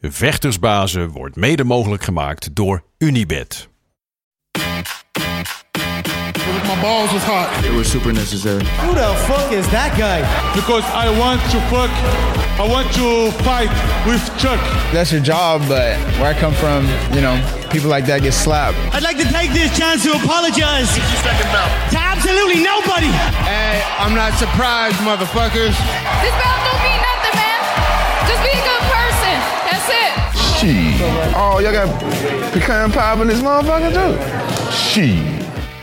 Vechtersbazen wordt mede mogelijk gemaakt door Unibet. My balls was hot. It was super necessary. Who the fuck is that guy? Because I want to fight with Chuck. That's your job, but where I come from, people like that get slapped. I'd like to take this chance to apologize to absolutely nobody. Hey, I'm not surprised, motherfuckers. This belt don't mean nothing, man. Just be a good person. That's it. Shit. Oh, y'all got pecan pie in this motherfucker too? Shit.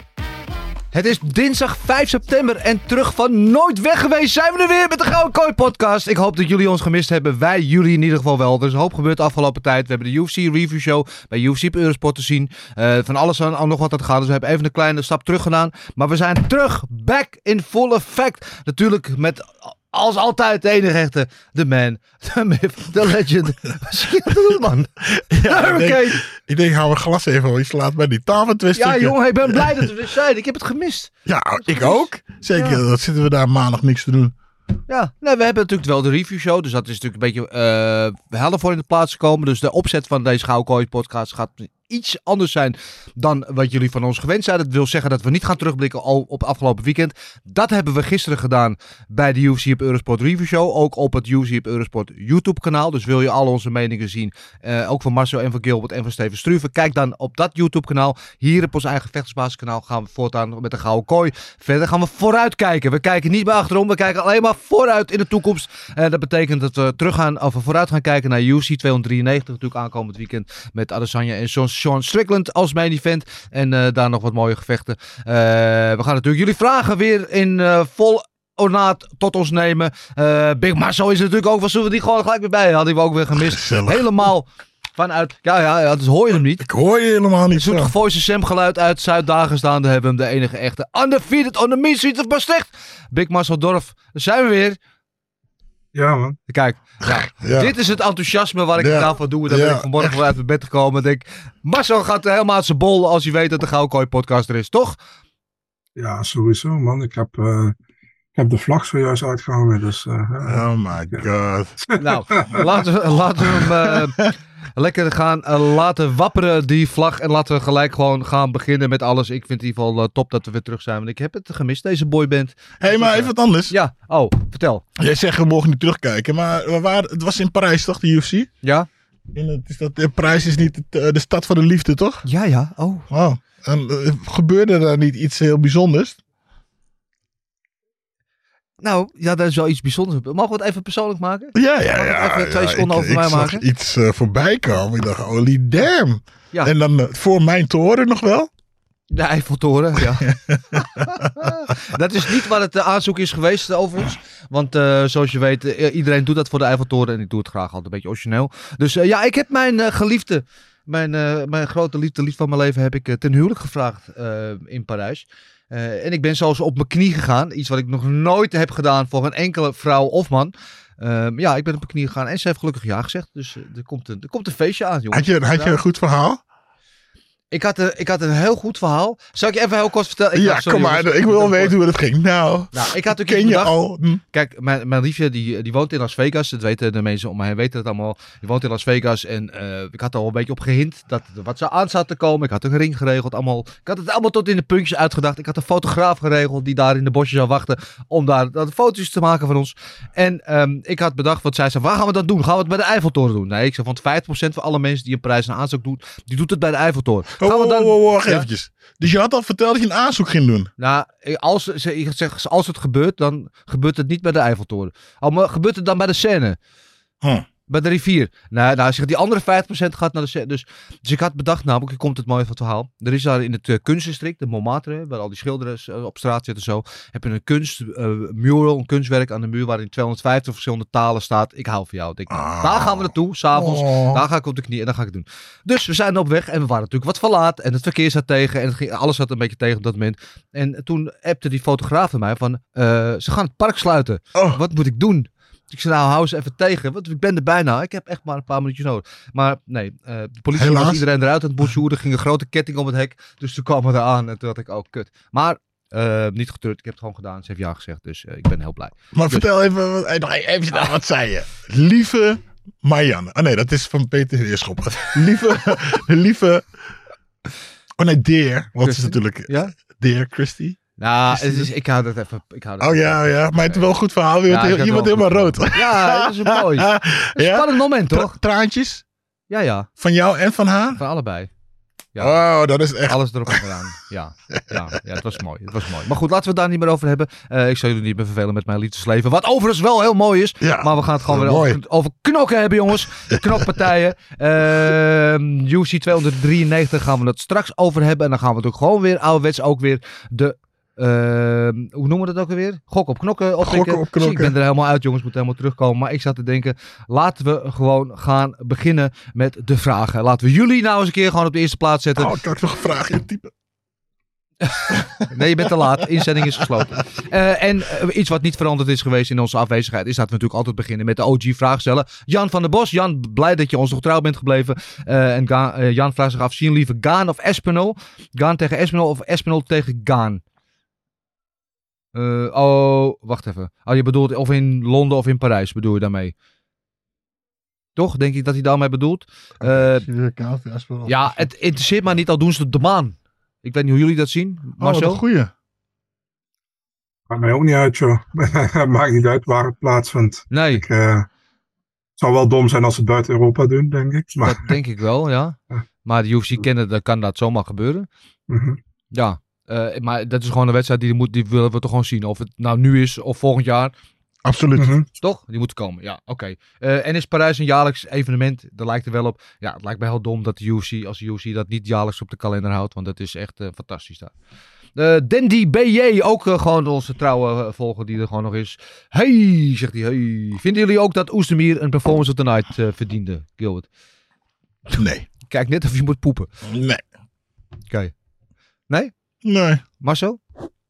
Het is dinsdag 5 september en terug van Nooit Weg Geweest zijn we er weer met de Gouden Kooi podcast. Ik hoop dat jullie ons gemist hebben. Wij jullie in ieder geval wel. Er is een hoop gebeurd de afgelopen tijd. We hebben de UFC review show bij UFC op Eurosport te zien. Van alles aan nog wat aan het gaan. Dus we hebben even een kleine stap terug gedaan. Maar we zijn terug. Back in full effect. Natuurlijk met... Als altijd de enige echte, de man, de myth, de legend. Wat zie je dat doen, man? Ja, ik denk, hou een glas even iets laat bij die tafel twisten. Ja, jongen, ik ben blij dat we er zijn. Ik heb het gemist. Ja, ik ook. Zeker, dat zitten we daar maandag niks te doen. Ja, nee, we hebben natuurlijk wel de review show. Dus dat is natuurlijk een beetje helder voor in de plaats gekomen. Dus de opzet van deze Gouden Kooi podcast gaat iets anders zijn dan wat jullie van ons gewend zijn. Dat wil zeggen dat we niet gaan terugblikken op afgelopen weekend. Dat hebben we gisteren gedaan bij de UFC op Eurosport Review Show. Ook op het UFC op Eurosport YouTube kanaal. Dus wil je al onze meningen zien. Ook van Marcel en van Gilbert en van Steven Struve. Kijk dan op dat YouTube kanaal. Hier op ons eigen Vechtersbasiskanaal gaan we voortaan met de Gouden Kooi. Verder gaan we vooruit kijken. We kijken niet meer achterom. We kijken alleen maar vooruit in de toekomst. Dat betekent dat we vooruit gaan kijken naar UFC 293. Natuurlijk aankomend weekend met Adesanya en Sean Strickland als main event. En daar nog wat mooie gevechten. We gaan natuurlijk jullie vragen weer in vol ornaat tot ons nemen. Big Marcel is er natuurlijk ook. Zullen we die gewoon gelijk weer bij? Hadden we ook weer gemist. Gezellig. Helemaal vanuit... Ja, dus hoor je hem niet. Ik hoor je helemaal niet. Zoet Voice Sam geluid uit Zuid-Dagestan. Daar hebben we hem, de enige echte. Undefeated on the mean streets of Maastricht. Big Marcel Dorf. Daar zijn we weer. Ja, man. Kijk, dit is het enthousiasme waar ik gedaan van doe. Daar ben ik vanmorgen voor uit mijn bed gekomen. En denk, Marcel gaat helemaal uit zijn bol als hij weet dat de Gouden Kooi podcast er is, toch? Ja, sowieso, man. Ik heb de vlag zojuist uitgehangen, dus... Oh my god. Nou, laten we hem lekker gaan laten wapperen, die vlag. En laten we gelijk gewoon gaan beginnen met alles. Ik vind het in ieder geval top dat we weer terug zijn. Want ik heb het gemist, deze boyband. Hé, maar even wat anders. Ja, vertel. Jij zegt we mogen niet terugkijken, maar het was in Parijs toch, de UFC? Ja. Parijs is niet de stad van de liefde, toch? Ja. Oh. Wow. En gebeurde daar niet iets heel bijzonders? Nou, ja, dat is wel iets bijzonders. Mogen we het even persoonlijk maken? Ja. Even 2 seconden over mij maken? Ik zag iets voorbij komen. Ik dacht, holy damn. Ja. En dan voor mijn toren nog wel? De Eiffeltoren, ja. Dat is niet waar het aanzoek is geweest, overigens. Want zoals je weet, iedereen doet dat voor de Eiffeltoren. En ik doe het graag altijd een beetje origineel. Dus ik heb mijn geliefde... Mijn grote liefde van mijn leven heb ik ten huwelijk gevraagd in Parijs. En ik ben zelfs op mijn knie gegaan. Iets wat ik nog nooit heb gedaan voor een enkele vrouw of man. Ik ben op mijn knie gegaan en ze heeft gelukkig ja gezegd. Dus er komt een feestje aan, jongens. Had je een goed verhaal? Ik had een heel goed verhaal. Zal ik je even heel kort vertellen? Kom maar. Ik wil wel weten hoe het ging. Nou, ik had ken je al? Kijk, mijn liefje die woont in Las Vegas. Dat weten de mensen om mij heen weten het allemaal. Die woont in Las Vegas. En ik had er al een beetje op gehind dat er wat zou aan zat te komen. Ik had een ring geregeld. Ik had het allemaal tot in de puntjes uitgedacht. Ik had een fotograaf geregeld die daar in de bosjes zou wachten. Om daar foto's te maken van ons. En ik had bedacht, wat zij zei, waar gaan we dat doen? Gaan we het bij de Eiffeltoren doen? Nee, ik zei, want 50% van alle mensen die een prijs een aanzoek doen, die doet het bij de Eiffeltoren. Wacht eventjes. Dus je had al verteld dat je een aanzoek ging doen? Nou, als het gebeurt, dan gebeurt het niet bij de Eiffeltoren. Maar gebeurt het dan bij de Seine? Bij de rivier. Nou, die andere 50% gaat naar de Seine. Dus ik had bedacht, namelijk, komt het mooie van het verhaal. Er is daar in het kunstdistrict, de Montmartre, waar al die schilders op straat zitten zo, heb je een mural, een kunstwerk aan de muur waarin 250 verschillende talen staat. Ik hou van jou. Denk, daar gaan we naartoe, s'avonds. Daar ga ik op de knie en dat ga ik doen. Dus we zijn op weg en we waren natuurlijk wat verlaat en het verkeer zat tegen en alles zat een beetje tegen op dat moment. En toen appte die fotograaf van mij van, ze gaan het park sluiten. Wat moet ik doen? Ik zei, hou eens even tegen, want ik ben er bijna. Ik heb echt maar een paar minuutjes nodig. Maar nee, de politie was iedereen eruit aan het bonjouren. Er ging een grote ketting om het hek. Dus toen kwamen we eraan en toen had ik, kut. Maar niet getreurd, ik heb het gewoon gedaan. Ze heeft ja gezegd, dus ik ben heel blij. Maar vertel even, nog even wat zei je? Lieve Marianne. Oh nee, dat is van Peter Heerschoppen. lieve... Oh nee, Dear. Wat is natuurlijk... Ja? Dear Christy. Nou, ik hou dat even... Ja. Maar het is wel een goed verhaal. Je wordt helemaal rood. Ja, dat is mooi. Een spannend moment, toch? Traantjes? Ja. Van jou en van haar? Van allebei. Ja. Oh, dat is echt... Alles erop en eraan. Ja, het was mooi. Maar goed, laten we het daar niet meer over hebben. Ik zal jullie niet meer vervelen met mijn liefdesleven. Wat overigens wel heel mooi is. Ja, maar we gaan het gewoon weer over knokken hebben, jongens. Knokpartijen. UFC 293 gaan we het straks over hebben. En dan gaan we het ook gewoon weer ouderwets ook weer de... hoe noemen we dat ook alweer? Gok op knokken oppikken. Ik ben er helemaal uit, jongens. Moet helemaal terugkomen. Maar ik zat te denken, laten we gewoon gaan beginnen met de vragen. Laten we jullie nou eens een keer gewoon op de eerste plaats zetten. Oh, kan ik nog een vraag intypen? Nee, je bent te laat. Inzending is gesloten. En iets wat niet veranderd is geweest in onze afwezigheid is dat we natuurlijk altijd beginnen met de OG-vraag stellen. Jan van der Bos. Jan, blij dat je ons nog trouw bent gebleven. Jan vraagt zich af, zien liever Gaan of Espinol? Gaan tegen Espinol of Espinol tegen Gaan? Wacht even. Je bedoelt of in Londen of in Parijs bedoel je daarmee? Toch? Denk ik dat hij daarmee bedoelt. Ja, het interesseert mij niet, al doen ze het de maan. Ik weet niet hoe jullie dat zien. Marcel? Wat een goeie. Maakt mij ook niet uit, joh. Maakt niet uit waar het plaatsvindt. Nee. Het zou wel dom zijn als ze het buiten Europa doen, denk ik. Maar... Dat denk ik wel, ja. Maar de UFC kennen, dan kan dat zomaar gebeuren. Mm-hmm. Ja. Maar dat is gewoon een wedstrijd die willen we toch gewoon zien. Of het nou nu is of volgend jaar. Absoluut. Mm-hmm. Toch? Die moeten komen. Ja, oké. En is Parijs een jaarlijks evenement? Dat lijkt er wel op. Ja, het lijkt mij heel dom dat de UFC dat niet jaarlijks op de kalender houdt. Want dat is echt fantastisch daar. Dandy BJ, ook gewoon onze trouwe volger die er gewoon nog is. Hey, zegt hij. Hey. Vinden jullie ook dat Oezdemir een performance of the night verdiende, Gilbert? Nee. Kijk net of je moet poepen. Nee. Oké. Nee? Nee. Marcel?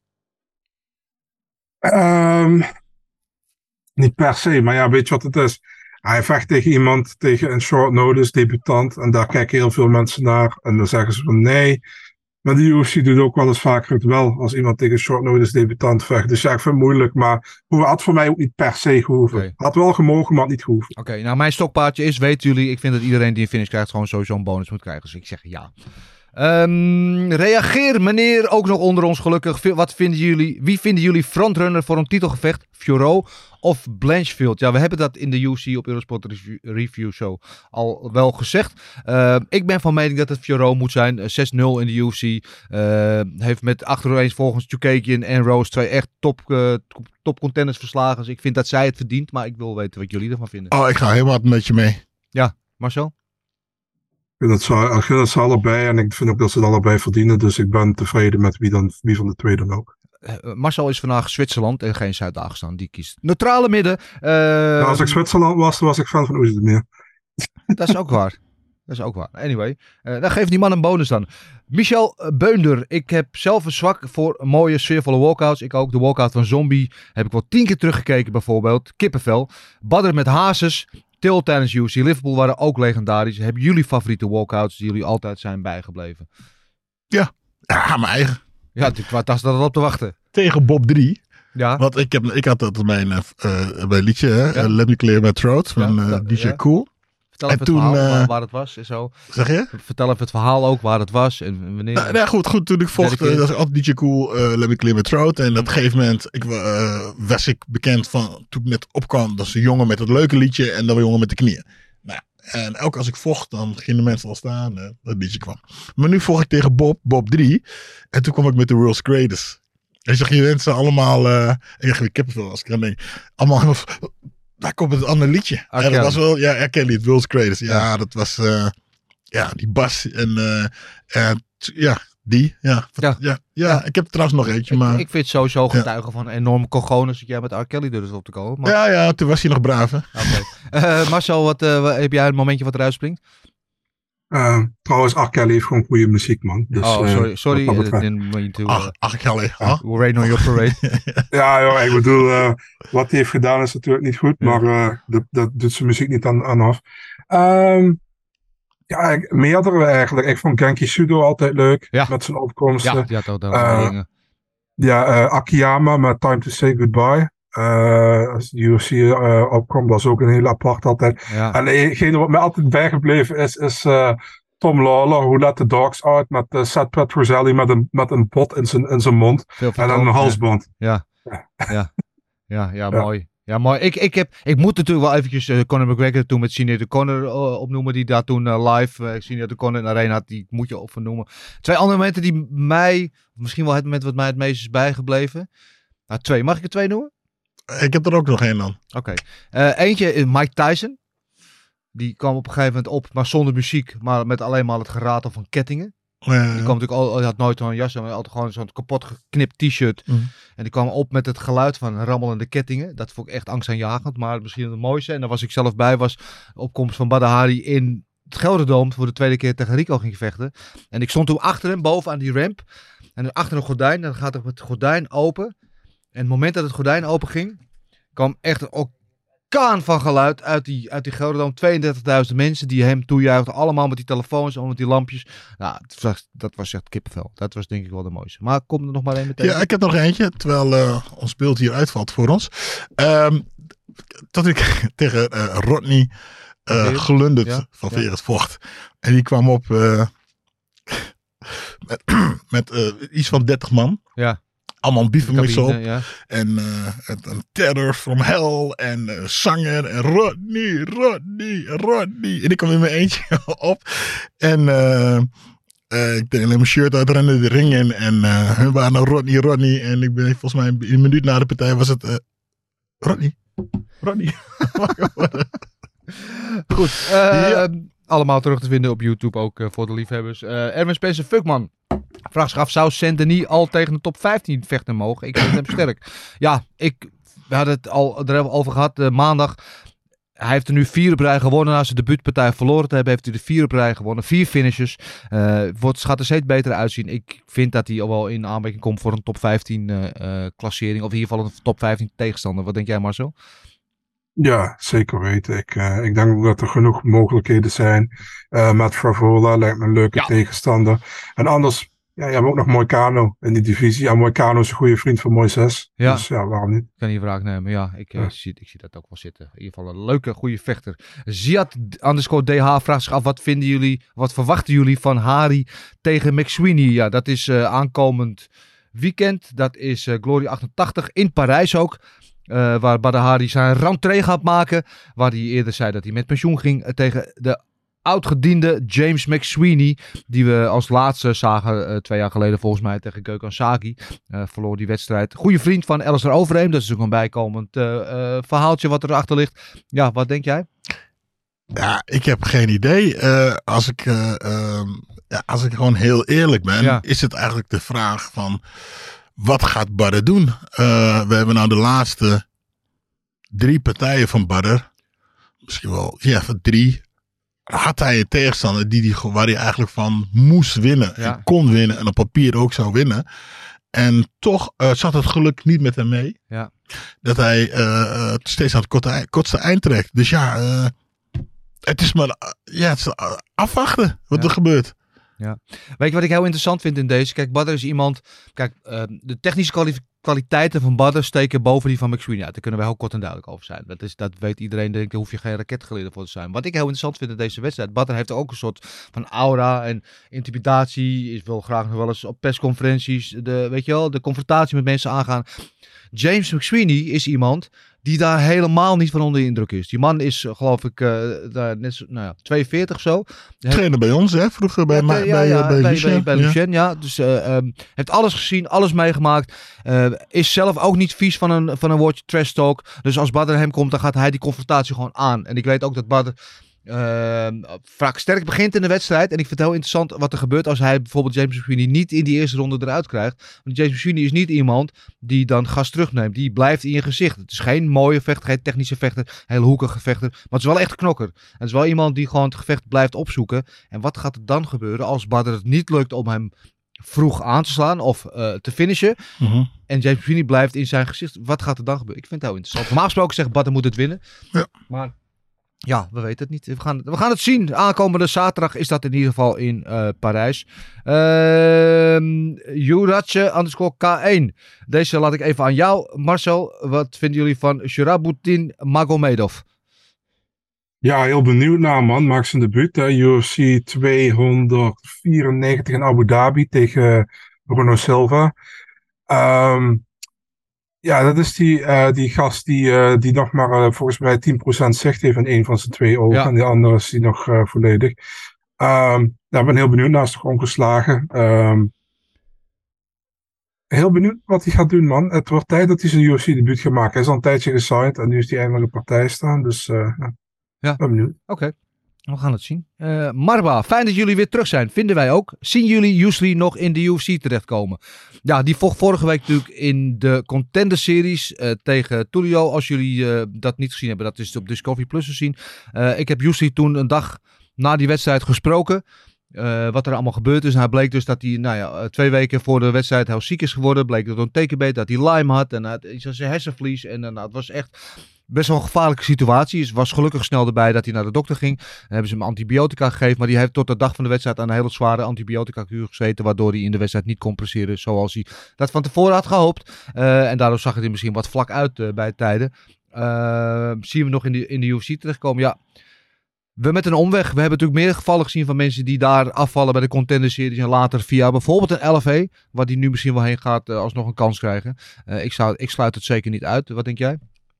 Niet per se, maar ja, weet je wat het is? Hij vecht tegen iemand, tegen een short notice debutant. En daar kijken heel veel mensen naar. En dan zeggen ze van nee. Maar de UFC doet ook wel eens vaker het wel. Als iemand tegen een short notice debutant vecht. Dus ja, ik vind het moeilijk. Maar had voor mij ook niet per se gehoeven. Okay. Had wel gemogen, maar had niet gehoeven. Oké, nou mijn stokpaardje is, weten jullie, ik vind dat iedereen die een finish krijgt gewoon sowieso een bonus moet krijgen. Dus ik zeg ja. Reageer meneer, ook nog onder ons gelukkig. Wie vinden jullie frontrunner voor een titelgevecht? Fiorot of Blanchfield? Ja, we hebben dat in de UFC op Eurosport Review Show al wel gezegd. Ik ben van mening dat het Fiorot moet zijn. 6-0 in de UFC. Heeft met achtereenvolgens Chookagian en Rose 2 echt top contenders verslagen. Dus ik vind dat zij het verdient, maar ik wil weten wat jullie ervan vinden. Oh, ik ga helemaal met je mee. Ja, Marcel? Ik vind dat ze allebei en ik vind ook dat ze het allebei verdienen. Dus ik ben tevreden met wie van de twee dan ook. Marcel is vandaag Zwitserland en geen Zuid-Dagestan. Die kiest neutrale midden. Als ik Zwitserland was ik fan van Oezdemir. Dat is ook waar. Anyway, dan geeft die man een bonus dan. Michel Beunder. Ik heb zelf een zwak voor mooie, sfeervolle walkouts. Ik ook. De walkout van Zombie heb ik wel 10 keer teruggekeken bijvoorbeeld. Kippenvel. Badder met Hazes. Til tijdens UFC. Liverpool waren ook legendarisch. Hebben jullie favoriete walkouts die jullie altijd zijn bijgebleven? Ja, mijn eigen. Ja, wat was dat op te wachten? Tegen Bob 3. Ja. Want ik had dat mijn liedje, hè? Let Me Clear My Throat van DJ Cool. Vertel even het verhaal waar het was en zo. Zeg je? Vertel even het verhaal ook waar het was en wanneer. Nou, goed. Toen ik vocht, dat was altijd DJ Cool, Let Me Clear My Throat. En op een gegeven moment was ik bekend van, toen ik net opkwam, dat is een jongen met het leuke liedje en dan een jongen met de knieën. Nou, en elke als ik vocht, dan gingen de mensen al staan. Dat liedje kwam. Maar nu vocht ik tegen Bob 3. En toen kwam ik met de World's Greatest. En zag je mensen allemaal, ik heb het wel als ik aan denk, allemaal, daar komt het andere liedje. En dat was wel, R. Kelly, het World's Greatest. Ja, dat was, die bas en die. Ja, ik heb er trouwens nog eentje. Maar ik vind sowieso getuigen van enorme cojones dat jij met R. Kelly durft op te komen. Maar... Ja, toen was hij nog braaf. Marcel, wat heb jij een momentje wat eruit springt? Trouwens, R. Kelly heeft gewoon goede muziek, man. Dus, sorry. R. Kelly. Rain on your parade. Ja, joh, ik bedoel, wat hij heeft gedaan is natuurlijk niet goed, maar dat doet zijn muziek niet aan af. Meerdere eigenlijk. Ik vond Genki Sudo altijd leuk, met zijn opkomsten. Ja, die had ook dingen. Akiyama met Time to Say Goodbye. Als de UFC opkwam, was ook een heel apart altijd. Ja. En degene wat mij altijd bijgebleven is Tom Lawler, Who Let the Dogs Out, met Seth Petrozelli met een pot in zijn mond. En dan een halsband. Ja, mooi. Ja, mooi. Ik moet natuurlijk wel eventjes Conor McGregor toen met Sinead O'Connor opnoemen, die daar toen live Sinead O'Connor in de arena had, die moet je opnoemen. 2 andere momenten die mij, misschien wel het moment wat mij het meest is bijgebleven. Nou, 2. Mag ik er 2 noemen? Ik heb er ook nog 1 dan. Oké. Eentje, Mike Tyson. Die kwam op een gegeven moment op, maar zonder muziek, maar met alleen maar het geratel van kettingen. Die kwam natuurlijk hij had nooit zo'n jas, maar altijd gewoon zo'n kapot geknipt t-shirt. En die kwam op met het geluid van rammelende kettingen. Dat vond ik echt angstaanjagend, maar misschien het mooiste. En daar was ik zelf bij, was opkomst van Badr Hari in het Gelderdoom voor de 2e keer tegen Rico ging vechten. En ik stond toen achter hem, boven aan die ramp. En achter een gordijn, dan gaat het gordijn open. En het moment dat het gordijn open ging, kwam echt een orkaan van geluid uit die Gelderdoom. 32.000 mensen die hem toejuichten. Allemaal met die telefoons, allemaal met die lampjes. Nou, dat was echt kippenvel. Dat was denk ik wel de mooiste. Maar komt er nog maar één meteen. Ja, ik heb nog eentje. Terwijl ons beeld hier uitvalt voor ons. Dat ik tegen Rodney Glundert van Veerend vocht. En die kwam op met iets van 30 man. Ja. Allemaal bievenmix op. Ja. En een Terror from Hell. En zanger. En Rodney. En ik kwam in mijn eentje op. En ik deed alleen mijn shirt uitrennen de ring in. En we waren naar Rodney. En ik ben volgens mij een minuut na de partij was het Rodney. Goed. Allemaal terug te vinden op YouTube. Ook voor de liefhebbers. Erwin Spencer Fuckman. Vraag zich af, zou Saint-Denis al tegen de top 15 vechten mogen? Ik vind hem sterk. Ja, we hadden het al erover gehad maandag. Hij heeft er nu 4 op rij gewonnen. Na zijn debuutpartij verloren te hebben, heeft hij de 4 op rij gewonnen. 4 finishes. Gaat er steeds beter uitzien. Ik vind dat hij al wel in aanmerking komt voor een top 15 klassering. Of in ieder geval een top 15 tegenstander. Wat denk jij, Marcel? Ja, zeker weten. Ik denk ook dat er genoeg mogelijkheden zijn. Met Favola lijkt me een leuke tegenstander. En anders, je hebt ook nog Moicano in die divisie. Ja, Moicano is een goede vriend van Moises. Ja. Dus ja, waarom niet? Kan je wraak nemen. Ja, ik zie dat ook wel zitten. In ieder geval een leuke, goede vechter. Ziad_DH vraagt zich af, wat verwachten jullie van Hari tegen McSweeney? Ja, dat is aankomend weekend. Dat is Glory 88 in Parijs ook. Waar Badr Hari zijn rentree gaat maken. Waar hij eerder zei dat hij met pensioen ging tegen de oudgediende James McSweeney. Die we als laatste zagen 2 jaar geleden volgens mij tegen Gökhan Saki. Verloor die wedstrijd. Goede vriend van Alistair Overeem. Dat is ook een bijkomend verhaaltje wat erachter ligt. Ja, wat denk jij? Ja, ik heb geen idee. Als ik gewoon heel eerlijk ben, is het eigenlijk de vraag van wat gaat Badr doen? We hebben nou de laatste 3 partijen van Badr. Misschien wel 3. Had hij een tegenstander waar hij eigenlijk van moest winnen. Ja. En kon winnen. En op papier ook zou winnen. En toch zat het geluk niet met hem mee. Ja. Dat hij steeds aan het kortste eind trekt. Dus ja, het is maar afwachten wat er gebeurt. Ja. Weet je wat ik heel interessant vind in deze? Kijk, Badr is iemand. Kijk, de technische kwaliteiten van Badr steken boven die van McSweeney uit. Daar kunnen we heel kort en duidelijk over zijn. Dat weet iedereen. Daar hoef je geen raketgeleerde voor te zijn. Wat ik heel interessant vind in deze wedstrijd. Badr heeft ook een soort van aura en intimidatie. Is wil graag nog wel eens op persconferenties. De confrontatie met mensen aangaan. James McSweeney is iemand die daar helemaal niet van onder de indruk is. Die man is, geloof ik, net 42 zo. Trainer bij ons, hè? Vroeger bij Lucien. Bij Lucien, ja. Dus heeft alles gezien, alles meegemaakt. Is zelf ook niet vies van een woordje trash talk. Dus als Badr hem komt, dan gaat hij die confrontatie gewoon aan. En ik weet ook dat Badr vaak sterk begint in de wedstrijd. En ik vind het heel interessant wat er gebeurt als hij bijvoorbeeld James McSweeney niet in die eerste ronde eruit krijgt. Want James McSweeney is niet iemand die dan gas terugneemt. Die blijft in je gezicht. Het is geen mooie vechter, geen technische vechter, hele hoekige vechter. Maar het is wel echt een knokker. En het is wel iemand die gewoon het gevecht blijft opzoeken. En wat gaat er dan gebeuren als Badr het niet lukt om hem vroeg aan te slaan of te finishen. En James McSweeney blijft in zijn gezicht. Wat gaat er dan gebeuren? Ik vind het heel interessant. Normaal gesproken zegt Badr moet het winnen. Ja. Maar Ja, we weten het niet. We gaan het zien. Aankomende zaterdag is dat in ieder geval in Parijs. Juratje _K1. Deze laat ik even aan jou, Marcel. Wat vinden jullie van Sharabutin Magomedov? Ja, heel benieuwd naar, man. Maakt zijn debuut. UFC 294 in Abu Dhabi tegen Bruno Silva. Ja, dat is die gast die nog maar volgens mij 10% zicht heeft in een van zijn 2 ogen. Ja. En die andere is die nog volledig. Ik ben heel benieuwd. Naast toch ongeslagen. Heel benieuwd wat hij gaat doen, man. Het wordt tijd dat hij zijn UFC-debuut gaat maken. Hij is al een tijdje gesigned en nu is hij eindelijk op partij staan. Dus ben benieuwd. Oké. We gaan het zien. Marwa, fijn dat jullie weer terug zijn. Vinden wij ook. Zien jullie Yusri nog in de UFC terechtkomen? Ja, die vocht vorige week natuurlijk in de Contender Series tegen Tulio. Als jullie dat niet gezien hebben, dat is op Discovery Plus te zien. Ik heb Yusri toen een dag na die wedstrijd gesproken. Wat er allemaal gebeurd is. En hij bleek dus dat hij 2 weken voor de wedstrijd heel ziek is geworden. Bleek dat hij een tekenbeet, dat hij Lyme had. En zijn hersenvlies. En het was echt best wel een gevaarlijke situatie. Het was gelukkig snel erbij dat hij naar de dokter ging. Dan hebben ze hem antibiotica gegeven. Maar die heeft tot de dag van de wedstrijd aan een hele zware antibiotica-kuur gezeten. Waardoor hij in de wedstrijd niet kon presteren zoals hij dat van tevoren had gehoopt. En daardoor zag het er misschien wat vlak uit bij tijden. Zien we nog in de UFC terechtkomen? Ja. We met een omweg. We hebben natuurlijk meer gevallen gezien van mensen die daar afvallen bij de Contender Series. En later via bijvoorbeeld een LFA, waar die nu misschien wel heen gaat, alsnog een kans krijgen. Ik sluit het zeker niet uit. Wat denk jij?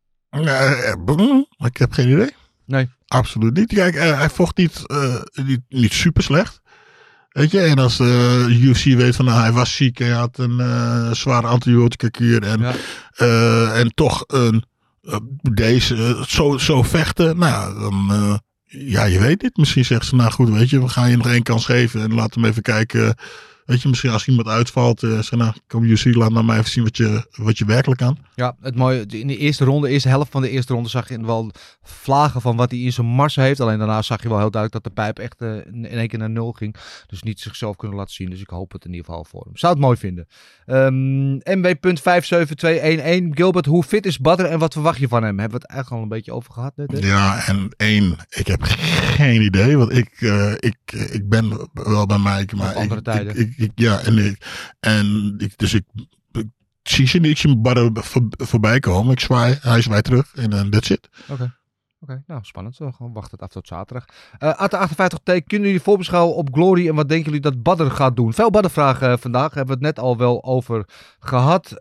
Ik heb geen idee. Nee. Absoluut niet. Kijk, hij vocht niet super slecht. Weet je, en als de UFC weet van hij was ziek, hij had een zware antibiotica-kuur en toch deze zo vechten, nou dan ja, je weet niet. Misschien zegt ze, nou goed, weet je, we gaan je nog 1 kans geven en laat hem even kijken. Weet je, misschien als iemand uitvalt, zeg nou, kom UFC, laat nou maar even zien wat je werkelijk kan. Ja, het mooie, in de eerste helft van de eerste ronde zag je wel vlagen van wat hij in zijn mars heeft. Alleen daarna zag je wel heel duidelijk dat de pijp echt in één keer naar 0 ging. Dus niet zichzelf kunnen laten zien. Dus ik hoop het in ieder geval voor hem. Zou het mooi vinden. MW.57211. Gilbert, hoe fit is Badr en wat verwacht je van hem? Hebben we het eigenlijk al een beetje over gehad net? Hè? Ja, en ik heb geen idee. Want ik ben wel bij Mike, maar andere tijden. Dus ik zie ze niet. Ik zie mijn barren voorbij komen. Ik zwaai, hij zwaait terug en that's it. Oké, nou spannend. We gewoon wachten het af tot zaterdag. AT58T, kunnen jullie voorbeschouwen op Glory en wat denken jullie dat Badr gaat doen? Veel Badr-vragen vandaag, hebben we het net al wel over gehad.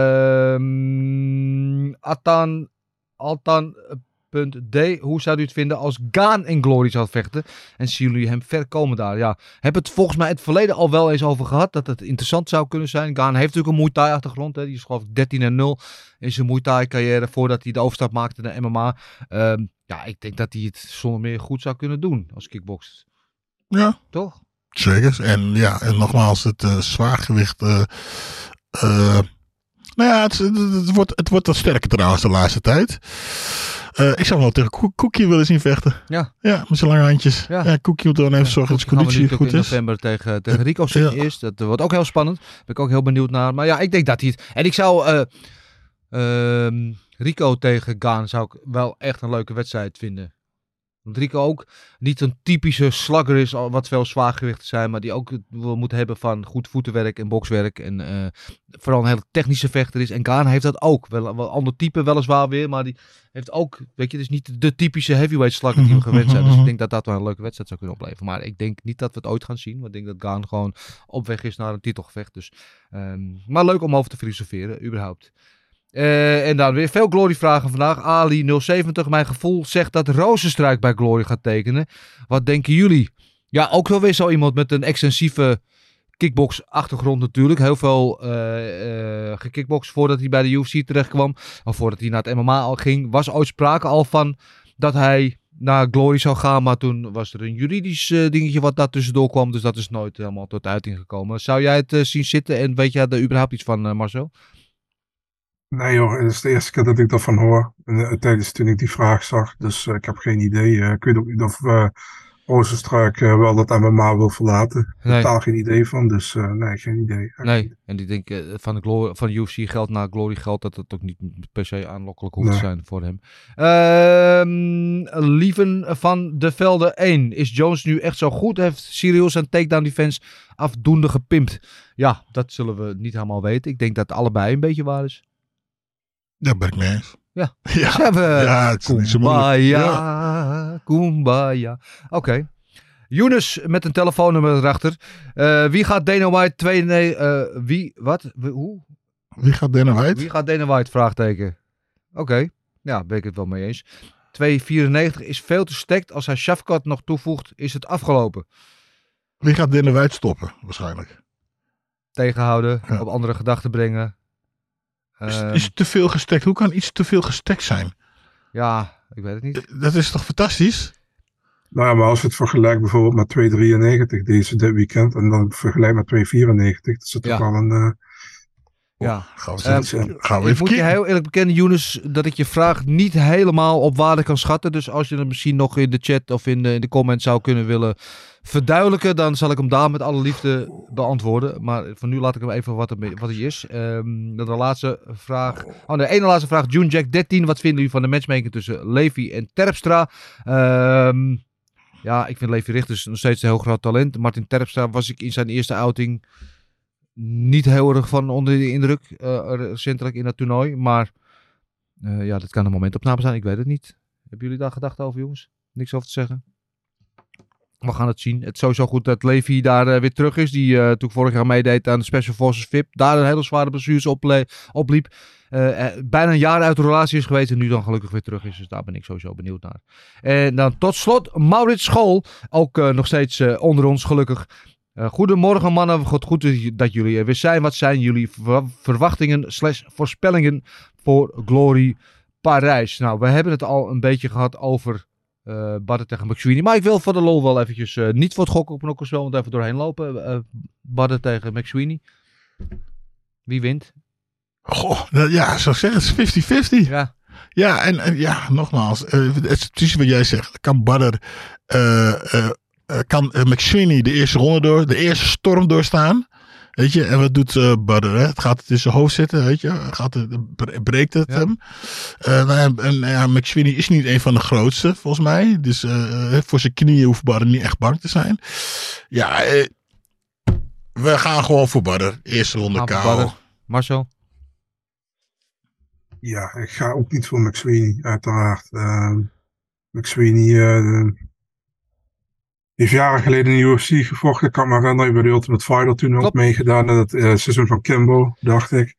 Altan.d, hoe zou u het vinden als Gaan en Glory zou vechten? En zien jullie hem ver komen daar? Ja, hebben het volgens mij het verleden al wel eens over gehad, dat het interessant zou kunnen zijn. Gaan heeft natuurlijk een Muay Thai achtergrond. Hè. Die is geloof ik 13-0 in zijn Muay Thai carrière voordat hij de overstap maakte naar MMA. Ja, ik denk dat hij het zonder meer goed zou kunnen doen als kickboxer. Ja. Toch? Zeker. En ja, en nogmaals, het zwaargewicht. Nou ja, het wordt wat sterker trouwens de laatste tijd. Ik zou wel tegen Cookie willen zien vechten. Ja. Ja, met zijn lange handjes. Ja, Cookie moet dan even zorgen dat zijn conditie goed is. in november tegen Rico zien eerst. Dat wordt ook heel spannend. Daar ben ik ook heel benieuwd naar. Maar ja, ik denk dat hij het... En ik zou... Rico tegen Gaan zou ik wel echt een leuke wedstrijd vinden. Want Rico ook niet een typische slugger is, wat veel zwaargewichten zijn, maar die ook wel moet hebben van goed voetenwerk en bokswerk. En vooral een hele technische vechter is. En Gaan heeft dat ook. Wel een ander type weliswaar weer, maar die heeft ook, weet je, het is niet de typische heavyweight slugger die we gewend zijn. Dus ik denk dat dat wel een leuke wedstrijd zou kunnen opleveren. Maar ik denk niet dat we het ooit gaan zien. Want ik denk dat Gaan gewoon op weg is naar een titelgevecht. Dus, maar leuk om over te filosoferen, überhaupt. En dan weer veel Glory-vragen vandaag. Ali070, mijn gevoel zegt dat Rozenstruik bij Glory gaat tekenen. Wat denken jullie? Ja, ook wel weer zo iemand met een extensieve kickbox-achtergrond natuurlijk. Heel veel gekickboxd voordat hij bij de UFC terecht kwam. Of voordat hij naar het MMA al ging. Was ooit sprake al van dat hij naar Glory zou gaan. Maar toen was er een juridisch dingetje wat daar tussendoor kwam. Dus dat is nooit helemaal tot uiting gekomen. Zou jij het zien zitten? En weet jij er überhaupt iets van, Marcel? Nee joh, het is de eerste keer dat ik daarvan hoor. Tijdens toen ik die vraag zag. Dus ik heb geen idee. Ik weet ook niet Rozenstruik wel dat MMA wil verlaten. Nee. Totaal geen idee van, dus nee, geen idee. Nee, en ik denk van UFC geld naar Glory geld dat het ook niet per se aanlokkelijk hoeft te zijn voor hem. Lieven van de Velde 1. Is Jones nu echt zo goed? Heeft Cyril zijn takedown defense afdoende gepimpt? Ja, dat zullen we niet helemaal weten. Ik denk dat allebei een beetje waar is. Daar ben ik mee eens. Ja, Ja, het is niet zo moeilijk. Kumbaya. Oké. Younes met een telefoonnummer erachter. Wie gaat Dana White hoe? Wie gaat Dana White? Wie gaat Dana White? Vraagteken. Oké. Ja, ben ik het wel mee eens. 2,94 is veel te stacked. Als hij Shafkat nog toevoegt, is het afgelopen. Wie gaat Dana White stoppen? Waarschijnlijk. Tegenhouden, op andere gedachten brengen. Is te veel gestekt? Hoe kan iets te veel gestekt zijn? Ja, ik weet het niet. Dat is toch fantastisch? Nou ja, maar als je het vergelijkt bijvoorbeeld met 2,93 dit weekend en dan vergelijkt met 2,94, dat is het toch wel een... Ja. Gaan we Ik moet je heel eerlijk bekennen, Younes, dat ik je vraag niet helemaal op waarde kan schatten. Dus als je het misschien nog in de chat of in de comments zou kunnen willen verduidelijken, dan zal ik hem daar met alle liefde beantwoorden. Maar voor nu laat ik hem even wat hij is. De laatste vraag. De ene laatste vraag. June Jack 13. Wat vinden jullie van de matchmaking tussen Levy en Terpstra? Ja, ik vind Levy Richters nog steeds een heel groot talent. Martin Terpstra was ik in zijn eerste outing niet heel erg van onder de indruk, recentelijk in het toernooi. Maar ja, dat kan een momentopname zijn. Ik weet het niet. Hebben jullie daar gedachten over, jongens? Niks over te zeggen? We gaan het zien. Het is sowieso goed dat Levy daar weer terug is. Die toen vorig jaar meedeed aan de Special Forces VIP. Daar een hele zware blessures opliep. Bijna een jaar uit de relatie is geweest. En nu dan gelukkig weer terug is. Dus daar ben ik sowieso benieuwd naar. En dan tot slot Maurits School. Ook nog steeds onder ons gelukkig. Goedemorgen mannen, goed dat jullie er weer zijn. Wat zijn jullie verwachtingen / voorspellingen voor Glory Parijs? Nou, we hebben het al een beetje gehad over Badder tegen McSweeney. Maar ik wil voor de lol wel eventjes niet voor het gokken op een okkerswel, want even doorheen lopen. Badder tegen McSweeney. Wie wint? Goh, ja, zo zeggen het is 50-50. Ja. Ja, en ja, nogmaals, het is precies wat jij zegt. Kan Badder... kan McSweeney de eerste ronde de eerste storm doorstaan. Weet je, en wat doet Badder? Hè? Het gaat in zijn hoofd zitten, weet je. Breekt het hem. En McSweeney is niet een van de grootste, volgens mij. Dus voor zijn knieën hoeft Badder niet echt bang te zijn. Ja, we gaan gewoon voor Badder. Eerste ronde KO. Marcel? Ja, ik ga ook niet voor McSweeney, uiteraard. McSweeney... heeft jaren geleden in de UFC gevochten. Ik kan me herinneren, bij de Ultimate Fighter toen ook meegedaan. In het seizoen van Kimbo, dacht ik.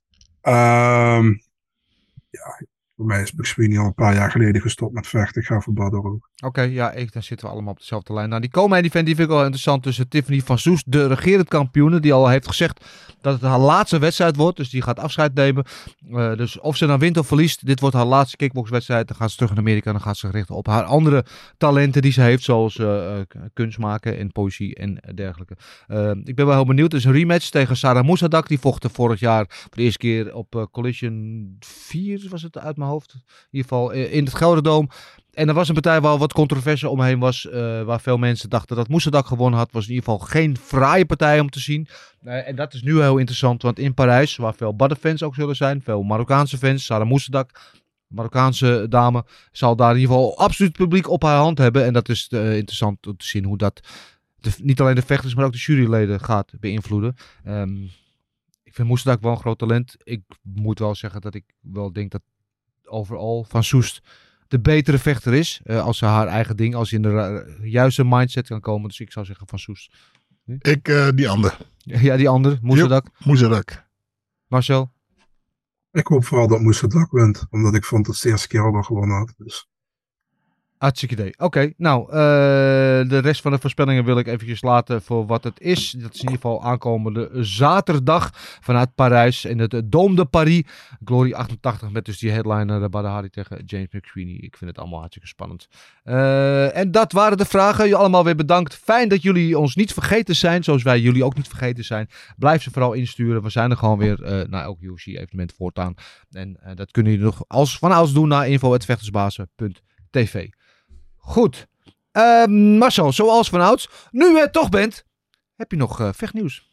Ja, voor mij is McSweeney al een paar jaar geleden gestopt met vechten. Ik ga voor Badder ook. Oké, ja, dan zitten we allemaal op dezelfde lijn. Nou, die co-main event die vind ik wel interessant tussen Tiffany van Soest, de regerend kampioene, die al heeft gezegd dat het haar laatste wedstrijd wordt. Dus die gaat afscheid nemen. Dus of ze dan wint of verliest, dit wordt haar laatste kickboxwedstrijd. Dan gaat ze terug in Amerika en dan gaat ze richten op haar andere talenten die ze heeft, zoals kunst maken en poëzie en dergelijke. Ik ben wel heel benieuwd. Het is een rematch tegen Sarah Moussadak. Die vochten vorig jaar voor de eerste keer op Collision 4, was het uit mijn hoofd. In ieder geval in het Gelderdoom. En er was een partij waar wat controverse omheen was. Waar veel mensen dachten dat Moussadak gewonnen had. Was in ieder geval geen fraaie partij om te zien. En dat is nu heel interessant. Want in Parijs, waar veel Badder-fans ook zullen zijn. Veel Marokkaanse fans. Sarah Moussadak, Marokkaanse dame. Zal daar in ieder geval absoluut publiek op haar hand hebben. En dat is interessant om te zien hoe dat niet alleen de vechters, maar ook de juryleden gaat beïnvloeden. Ik vind Moussadak wel een groot talent. Ik moet wel zeggen dat ik wel denk dat overal Van Soest de betere vechter is. Als ze haar eigen ding, als ze in de juiste mindset kan komen. Dus ik zou zeggen Van Soest. Die ander. Ja, die ander. Moussadak. Moussadak. Marcel? Ik hoop vooral dat Moussadak wint. Omdat ik vond dat ze de eerste keer al wel gewonnen had. Dus. Hartstikke idee. Oké, nou, de rest van de voorspellingen wil ik eventjes laten voor wat het is. Dat is in ieder geval aankomende zaterdag vanuit Parijs in het Dôme de Paris. Glory 88 met dus die headliner Badr Hari tegen James McSweeney. Ik vind het allemaal hartstikke spannend. En dat waren de vragen. Jullie allemaal weer bedankt. Fijn dat jullie ons niet vergeten zijn, zoals wij jullie ook niet vergeten zijn. Blijf ze vooral insturen. We zijn er gewoon weer naar elk UFC-evenement voortaan. En dat kunnen jullie nog van alles doen naar info@vechtersbazen.tv. Goed, Marcel, zoals vanouds. Nu je toch bent, heb je nog vechtnieuws?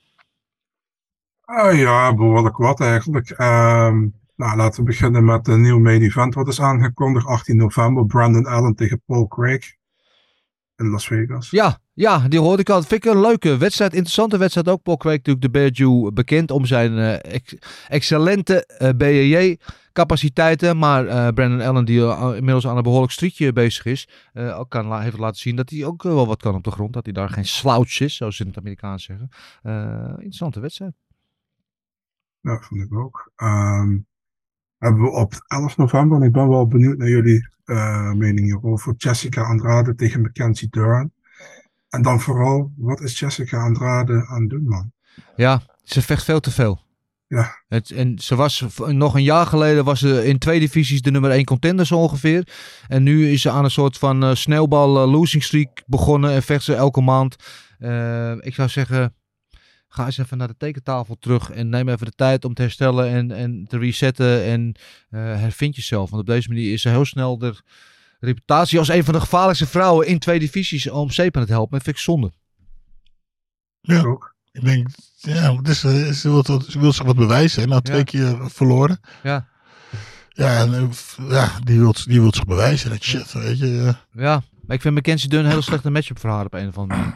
Ja, behoorlijk wat eigenlijk. Laten we beginnen met een nieuw main event wat is aangekondigd. 18 november, Brandon Allen tegen Paul Craig in Las Vegas. Ja, die hoorde ik al. Dat vind ik een leuke wedstrijd, interessante wedstrijd ook. Paul Craig natuurlijk de Bear Jew bekend om zijn excellente BJJ-capaciteiten. Maar Brandon Allen, die inmiddels aan een behoorlijk streetje bezig is, heeft laten zien dat hij ook wel wat kan op de grond. Dat hij daar geen slouch is, zoals ze in het Amerikaans zeggen. Interessante wedstrijd. Ja, vond ik ook. Hebben we op 11 november, en ik ben wel benieuwd naar jullie mening hierover, Jessica Andrade tegen Mackenzie Dern. En dan vooral, wat is Jessica Andrade aan het doen, man? Ja, ze vecht veel te veel. Ja. En ze was nog een jaar geleden was ze in 2 divisies de nummer 1 contender zo ongeveer. En nu is ze aan een soort van sneeuwbal losing streak begonnen en vecht ze elke maand. Ik zou zeggen, ga eens even naar de tekentafel terug en neem even de tijd om te herstellen en te resetten en hervind jezelf. Want op deze manier is ze heel snel de reputatie als een van de gevaarlijkste vrouwen in 2 divisies om zeep aan het helpen. Dat vind ik zonde. Ja, ook. Ik denk, ze wil zich wat bewijzen. Nou, 2 keer verloren. Ja. Ja, die wil zich bewijzen. Dat shit, weet je. Ja, maar ik vind Mackenzie Dern een hele slechte matchup voor haar op een of andere manier.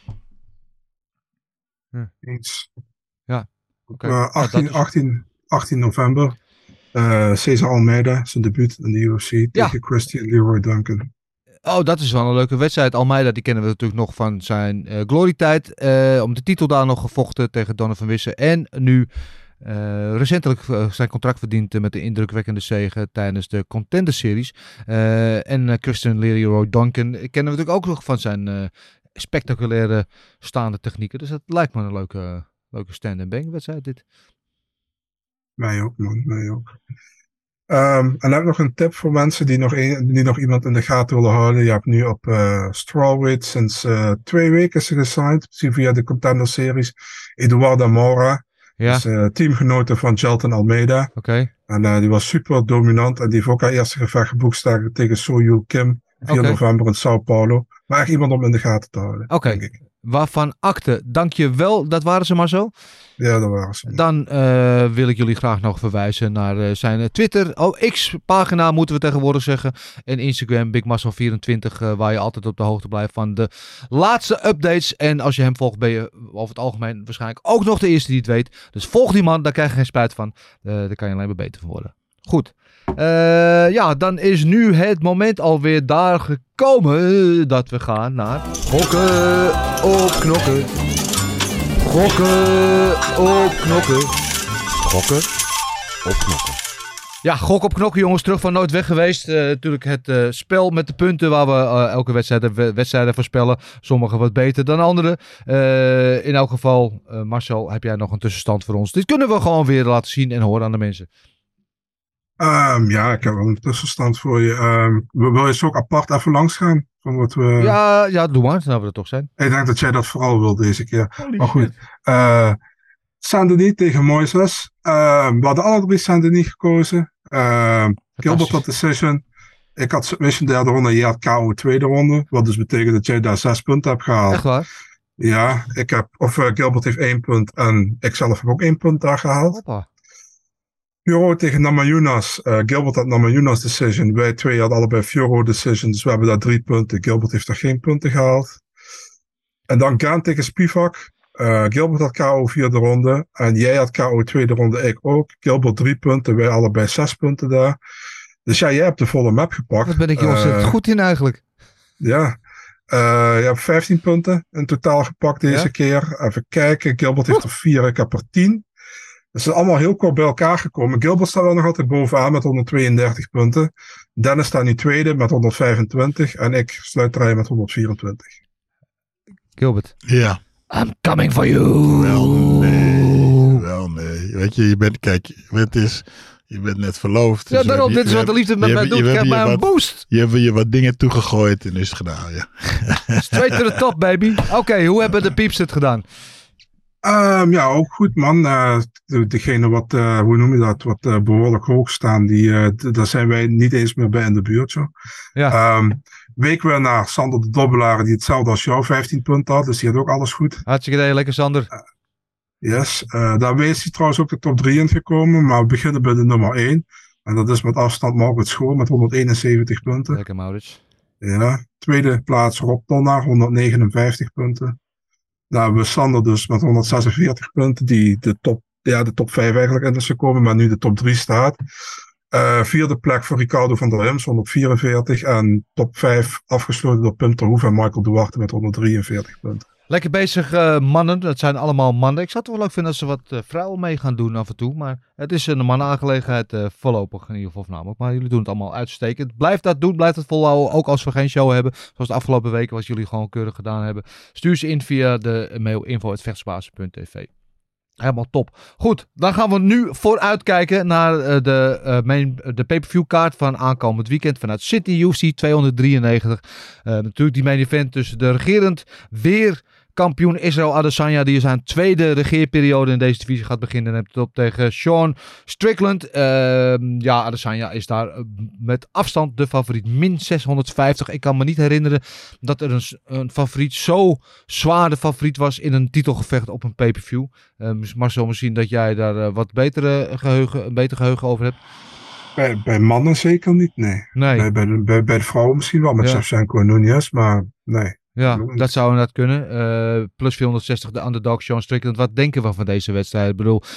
Eens. Ja. Okay. 18 november. Cesar Almeida, zijn debuut in de UFC tegen Christian Leroy Duncan. Oh, dat is wel een leuke wedstrijd. Almeida, die kennen we natuurlijk nog van zijn glory-tijd. Om de titel daar nog gevochten tegen Donovan Wisse. En nu recentelijk zijn contract verdiend met de indrukwekkende zege tijdens de Contender Series. En Christian Leroy Duncan kennen we natuurlijk ook nog van zijn spectaculaire staande technieken. Dus dat lijkt me een leuke stand-and-bang wedstrijd dit. Mij ook, man. Mij ook. En dan heb ik nog een tip voor mensen die nog iemand in de gaten willen houden. Je hebt nu op strawweight sinds 2 weken is ze gesigned. Via de Contender Series. Eduarda Moura. Ja. Dus teamgenote van Jelton Almeida. Okay. En die was super dominant. En die heeft ook haar eerste gevecht geboekt tegen Soyul Kim. 4 november in Sao Paulo. Maar echt iemand om in de gaten te houden. Oké. Waarvan akte. Dank je wel. Dat waren ze maar zo. Ja, dat waren ze. Dan wil ik jullie graag nog verwijzen naar zijn Twitter. X-pagina moeten we tegenwoordig zeggen. En Instagram, BigMuscle24. Waar je altijd op de hoogte blijft van de laatste updates. En als je hem volgt ben je over het algemeen waarschijnlijk ook nog de eerste die het weet. Dus volg die man, daar krijg je geen spijt van. Daar kan je alleen maar beter van worden. Goed. Dan is nu het moment alweer daar gekomen dat we gaan naar gokken op knokken. Gokken op knokken. Gokken op knokken. Ja, gok op knokken jongens, terug van nooit weg geweest. Natuurlijk het spel met de punten waar we elke wedstrijden voorspellen. Sommige wat beter dan andere. In elk geval, Marcel, heb jij nog een tussenstand voor ons? Dit kunnen we gewoon weer laten zien en horen aan de mensen. Ja, ik heb wel een tussenstand voor je. Wil je zo ook apart even langs gaan? Van wat we... Ja, doe maar, nou we er toch zijn. Ik denk dat jij dat vooral wil deze keer. Maar goed. Saint-Denis tegen Moises. We hadden alle 3 Saint-Denis gekozen. Gilbert had decision. Ik had submission derde ronde. Jij had KO tweede ronde. Wat dus betekent dat jij daar 6 punten hebt gehaald. Echt waar? Ja, Gilbert heeft 1 punt. En ik zelf heb ook 1 punt daar gehaald. Hoppa. Fioro tegen Namajunas. Gilbert had Namajunas decision. Wij 2 hadden allebei Fioro decision. Dus we hebben daar 3 punten. Gilbert heeft daar geen punten gehaald. En dan Gaan tegen Spivak. Gilbert had KO vierde ronde. En jij had KO tweede ronde. Ik ook. Gilbert 3 punten. Wij allebei 6 punten daar. Dus ja, jij hebt de volle map gepakt. Wat ben ik hier ontzettend goed in eigenlijk. Ja. Je hebt 15 punten in totaal gepakt deze keer. Even kijken. Gilbert heeft er 4. Ik heb er 10. Dus ze zijn allemaal heel kort bij elkaar gekomen. Gilbert staat wel nog altijd bovenaan met 132 punten. Dennis staat nu tweede met 125. En ik sluit de rij met 124. Gilbert. Ja. I'm coming for you. Wel nee. Weet je, je bent net verloofd. Ja, dus daarom. Dit is wat de liefde met mij doet. Geef mij een boost. Je hebt je wat dingen toegegooid en is het gedaan, ja. Straight to the top, baby. Oké, hoe hebben de pieps het gedaan? Ja, ook goed, man. Degene wat, hoe noem je dat, wat behoorlijk hoog staan, daar zijn wij niet eens meer bij in de buurt, zo. Ja. weekwinnaar Sander de Dobbelaar, die hetzelfde als jou 15 punten had. Dus die had ook alles goed. Hartstikke idee, lekker Sander. Yes. Daar is hij trouwens ook de top 3 in gekomen. Maar we beginnen bij de nummer 1. En dat is met afstand Maurits Schoor met 171 punten. Lekker Maurits. Ja. Tweede plaats Rob Tonnaar, 159 punten. Daar hebben we Sander dus met 146 punten. Die de top 5 eigenlijk in is gekomen. Maar nu de top 3 staat. Vierde plek voor Ricardo van der Hims, 144. En top 5 afgesloten door Pim Terhoef en Michael Duarte met 143 punten. Lekker bezig mannen, dat zijn allemaal mannen. Ik zou het wel leuk vinden als ze wat vrouwen mee gaan doen af en toe. Maar het is een mannenaangelegenheid voorlopig in ieder geval voornamelijk. Maar jullie doen het allemaal uitstekend. Blijf dat doen, blijf het volhouden. Ook als we geen show hebben. Zoals de afgelopen weken wat jullie gewoon keurig gedaan hebben. Stuur ze in via de mail info@vechtsbazen.tv. Helemaal top. Goed, dan gaan we nu vooruitkijken naar de pay-per-view kaart van aankomend weekend vanuit Sydney UFC 293. Natuurlijk die main event tussen de regerend weerkampioen Israel Adesanya, die zijn tweede regeerperiode in deze divisie gaat beginnen. En hebt het op tegen Sean Strickland. Adesanya is daar met afstand de favoriet. Min 650. Ik kan me niet herinneren dat er een favoriet zo zwaar de favoriet was in een titelgevecht op een pay-per-view. Marcel, misschien dat jij daar wat een beter geheugen over hebt. Bij mannen zeker niet, nee. Bij de vrouwen misschien wel, met Shevchenko en Nunes, maar nee. Ja, dat zou inderdaad kunnen. Plus 460 de underdog Sean Strickland. Wat denken we van deze wedstrijd? Ik bedoel,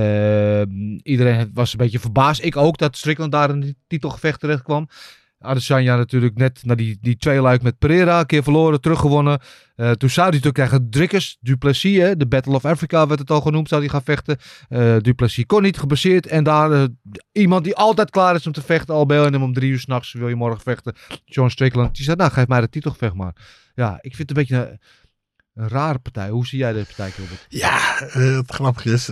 iedereen was een beetje verbaasd. Ik ook, dat Strickland daar in die titelgevecht terecht kwam. Adesanya natuurlijk net naar die tweeluik met Pereira. Een keer verloren, teruggewonnen. Toen zou hij natuurlijk krijgen Dricus, Duplessis. De Battle of Africa werd het al genoemd. Zou hij gaan vechten. Duplessis kon niet, geblesseerd. En daar iemand die altijd klaar is om te vechten. Al bel je hem om 3 uur 's nachts. Wil je morgen vechten? Sean Strickland. Die zei, nou geef mij de titelgevecht maar. Ja, ik vind het een beetje een rare partij. Hoe zie jij deze partij, Gilbert? Ja, het grappige is...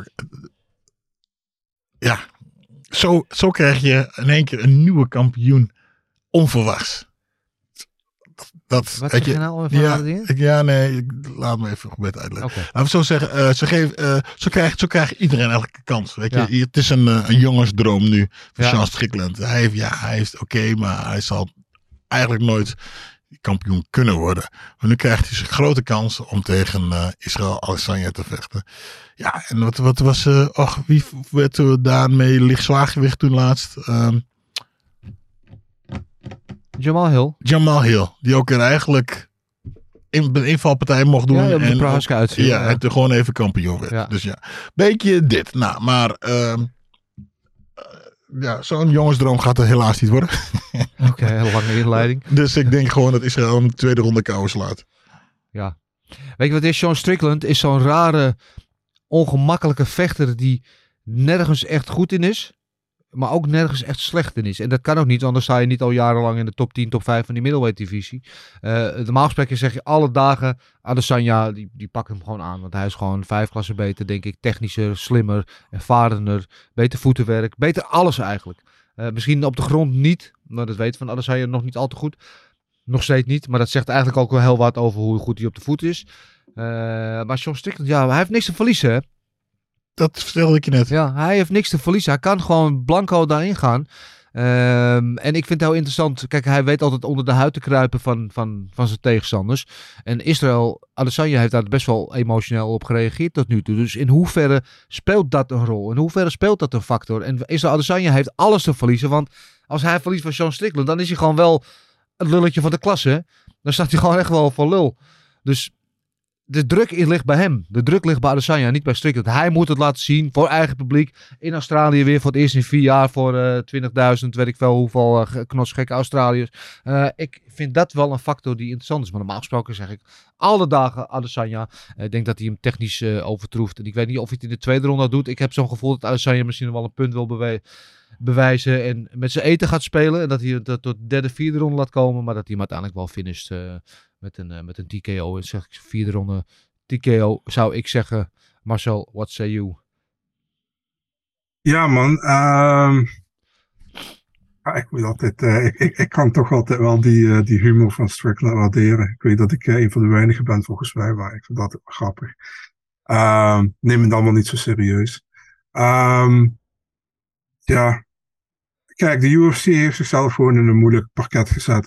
Zo krijg je in één keer een nieuwe kampioen onverwachts. Wat zeg je nou? Laat me even goed uitleggen. Okay. Laten we zo zeggen, zo krijgt iedereen elke kans. Weet je? Het is een jongensdroom nu voor Sean Strickland. Hij heeft oké, maar hij zal eigenlijk nooit kampioen kunnen worden. Maar nu krijgt hij zijn grote kans om tegen Israel Adesanya te vechten. Ja, en wat was... wie werd daarmee lichtzwaargewicht toen laatst? Jamal Hill. Die ook eigenlijk een invalpartij mocht doen. Ja, en Prahaska uitviel. Ja, en toen gewoon even kampioen werd. Ja. Dus ja, beetje dit. Nou, maar... zo'n jongensdroom gaat er helaas niet worden. Oké, heel lange inleiding. Dus ik denk gewoon dat Israël een tweede ronde kou slaat. Ja. Weet je wat is? Sean Strickland is zo'n rare, ongemakkelijke vechter die nergens echt goed in is. Maar ook nergens echt slecht in is. En dat kan ook niet, anders sta je niet al jarenlang in de top 10, top 5 van die middleweight divisie. Normaal gesproken zeg je alle dagen, Adesanya, die pakt hem gewoon aan. Want hij is gewoon 5 klassen beter, denk ik. Technischer, slimmer, ervarener, beter voetenwerk. Beter alles eigenlijk. Misschien op de grond niet, maar dat weten van Adesanya nog niet al te goed. Nog steeds niet, maar dat zegt eigenlijk ook wel heel wat over hoe goed hij op de voet is. Maar Sean Strickland, hij heeft niks te verliezen, hè. Dat vertelde ik je net. Ja, hij heeft niks te verliezen. Hij kan gewoon blanco daarin gaan. En ik vind het heel interessant. Kijk, hij weet altijd onder de huid te kruipen van zijn tegenstanders. En Israel Adesanya heeft daar best wel emotioneel op gereageerd tot nu toe. Dus in hoeverre speelt dat een rol? In hoeverre speelt dat een factor? En Israel Adesanya heeft alles te verliezen. Want als hij verliest van Sean Strickland, dan is hij gewoon wel het lulletje van de klasse. Dan staat hij gewoon echt wel voor lul. Dus... de druk ligt bij hem. De druk ligt bij Adesanya, niet bij Strickland. Hij moet het laten zien voor eigen publiek. In Australië weer voor het eerst in 4 jaar voor 20.000, weet ik veel hoeveel knotsgekke Australiërs. Ik vind dat wel een factor die interessant is. Maar normaal gesproken zeg ik alle dagen Adesanya. Ik denk dat hij hem technisch overtroeft. En ik weet niet of hij het in de tweede ronde doet. Ik heb zo'n gevoel dat Adesanya misschien wel een punt wil bewijzen. En met zijn eten gaat spelen. En dat hij het tot de derde, vierde ronde laat komen. Maar dat hij hem uiteindelijk wel finisht met een TKO. En zeg ik vierde ronde TKO zou ik zeggen. Marcel, what say you? Ja man. Ik moet altijd, ik kan toch altijd wel die humor van Strickland waarderen. Ik weet dat ik een van de weinigen ben volgens mij, maar ik vind dat grappig. Neem het allemaal niet zo serieus. Ja, kijk, de UFC heeft zichzelf gewoon in een moeilijk parket gezet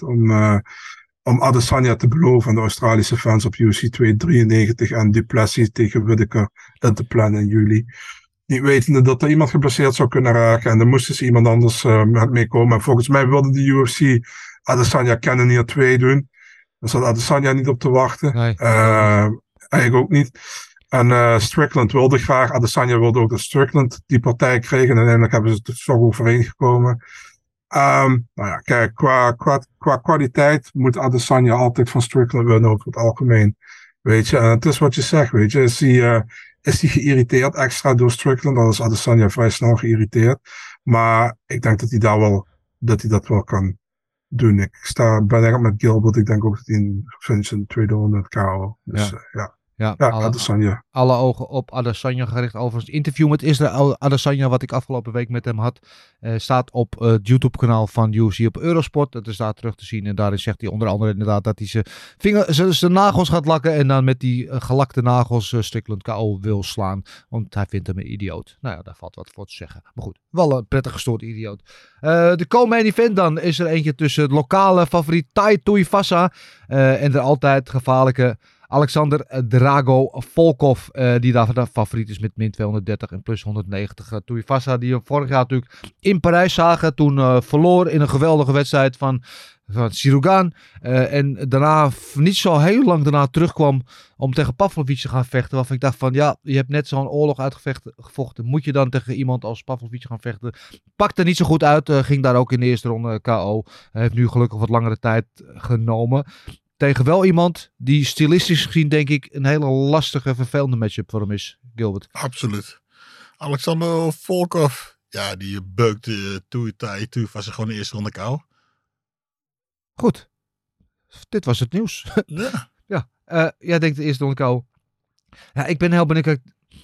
om Adesanya te beloven aan de Australische fans op UFC 293 en Duplessis tegen Whittaker in te plannen in juli. Niet wetende dat er iemand geblesseerd zou kunnen raken en dan moesten ze iemand anders meekomen. En volgens mij wilde de UFC Adesanya Cannonier 2 doen. Daar zat Adesanya niet op te wachten. Nee. Eigenlijk ook niet. En Strickland wilde graag. Adesanya wilde ook dat Strickland die partij kreeg. En uiteindelijk hebben ze het toch overeengekomen. Nou ja, kijk, qua kwaliteit moet Adesanya altijd van Strickland winnen over het algemeen. Weet je, en het is wat je zegt, weet je. Is hij geïrriteerd extra door Strickland? Dan is Adesanya vrij snel geïrriteerd. Maar ik denk dat hij dat wel kan doen. Ik ben echt met Gilbert. Ik denk ook dat hij een finish in de tweede ronde het KO. Dus Ja, Adesanya. Alle ogen op Adesanya gericht. Overigens, het interview met Israël Adesanya, wat ik afgelopen week met hem had, staat op het YouTube-kanaal van UFC op Eurosport. Dat is daar terug te zien. En daarin zegt hij onder andere inderdaad dat hij zijn nagels gaat lakken en dan met die gelakte nagels Strickland KO wil slaan. Want hij vindt hem een idioot. Nou ja, daar valt wat voor te zeggen. Maar goed, wel een prettig gestoord idioot. De co-main event dan is er eentje tussen het lokale favoriet Tai Tuivasa en de altijd gevaarlijke Alexander Drago Volkov, die daar de favoriet is met min 230 en plus 190. Tuivasa, die we vorig jaar natuurlijk in Parijs zagen, toen verloor in een geweldige wedstrijd van Sirugan. En daarna, niet zo heel lang daarna, terugkwam om tegen Pavlovic te gaan vechten. Waarvan ik dacht van, ja, je hebt net zo'n oorlog uitgevochten. Moet je dan tegen iemand als Pavlovic gaan vechten? Pakt er niet zo goed uit. Ging daar ook in de eerste ronde KO. Heeft nu gelukkig wat langere tijd genomen. Tegen wel iemand die stilistisch gezien, denk ik, een hele lastige, vervelende matchup voor hem is, Gilbert. Absoluut. Alexander Volkov, ja, die beukte Tuivasa gewoon de eerste ronde KO. Goed. Dit was het nieuws. Ja. Jij denkt de eerste ronde KO. Ja, ik ben heel benieuwd.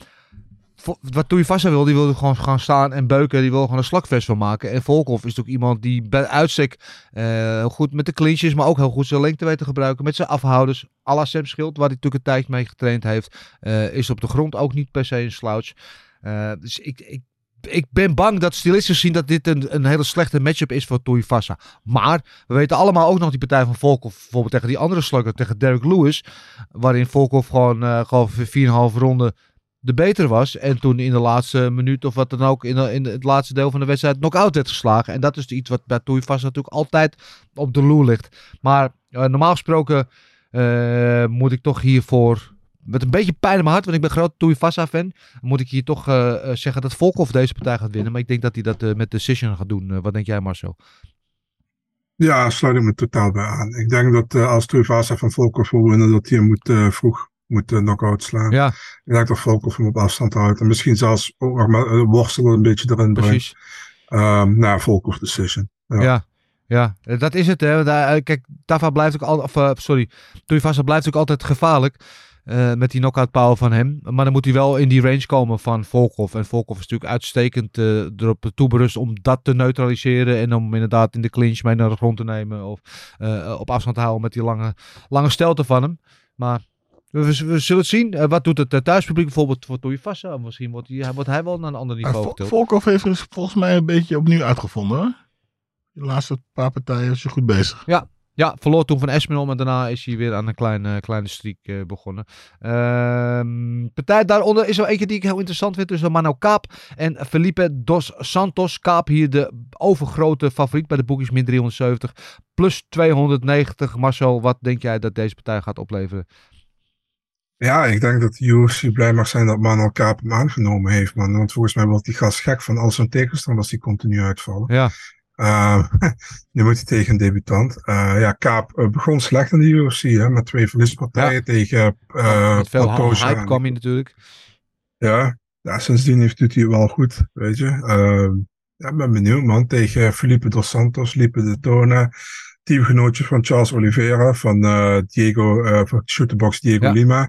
Wat Tuivasa wil, die wilde gewoon gaan staan en beuken. Die wil gewoon een slagvest van maken. En Volkov is natuurlijk iemand die bij uitstek heel goed met de clinches, maar ook heel goed zijn lengte weet te gebruiken. Met zijn afhouders. À la Sam Schild, waar hij natuurlijk een tijd mee getraind heeft. Is op de grond ook niet per se een slouch. Dus ik ben bang dat stilistisch gezien dat dit een hele slechte matchup is voor Tuivasa. Maar we weten allemaal ook nog die partij van Volkov. Bijvoorbeeld tegen die andere slugger, tegen Derek Lewis. Waarin Volkov gewoon 4,5 ronde de beter was. En toen in de laatste minuut of wat dan ook in het laatste deel van de wedstrijd knock-out werd geslagen. En dat is iets wat bij Tuivasa natuurlijk altijd op de loer ligt. Maar normaal gesproken moet ik toch hiervoor, met een beetje pijn in mijn hart, want ik ben groot Tuivasa fan, moet ik hier toch zeggen dat Volkov deze partij gaat winnen. Maar ik denk dat hij dat met decision gaat doen. Wat denk jij, Marcel? Ja, sluit ik me totaal bij aan. Ik denk dat als Tuivasa van Volkov wil winnen, dat hij vroeg moet knock-out slaan. Ja. Ik denk dat Volkov hem op afstand houdt. En misschien zelfs ook nog maar worstelen een beetje erin brengt. Volkov decision. Ja, dat is het. Hè. Kijk, Tuivasa blijft ook altijd gevaarlijk. Met die knockout power van hem. Maar dan moet hij wel in die range komen van Volkov. En Volkov is natuurlijk uitstekend erop toeberust om dat te neutraliseren. En om inderdaad in de clinch mee naar de grond te nemen. Of op afstand te houden met die lange stelte van hem. Maar we zullen het zien. Wat doet het thuispubliek bijvoorbeeld voor Tuivasa? Misschien wordt hij wel naar een ander niveau getild. Volkov heeft dus volgens mij een beetje opnieuw uitgevonden. Hoor. De laatste paar partijen is hij goed bezig. Ja, verloor toen van Espinol, maar daarna is hij weer aan een kleine streak begonnen. Partij daaronder is er eentje die ik heel interessant vind tussen Mano Kaap en Felipe dos Santos. Kaap hier de overgrote favoriet bij de boekjes, min 370 plus 290. Marcel, wat denk jij dat deze partij gaat opleveren? Ja, ik denk dat de UFC blij mag zijn dat Mano Kaap hem aangenomen heeft, man. Want volgens mij wordt die gast gek van al zijn tegenstanders die continu uitvallen. Ja. Nu moet hij tegen een debutant. Kaap begon slecht in de UFC, hè, met 2 verliespartijen tegen met veel hype kwam hij natuurlijk. Ja, sindsdien doet hij het wel goed, weet je. Ik ben benieuwd, man. Tegen Felipe dos Santos, Lipe de Tona, teamgenootje van Charles Oliveira, van van Shooterbox Diego Lima.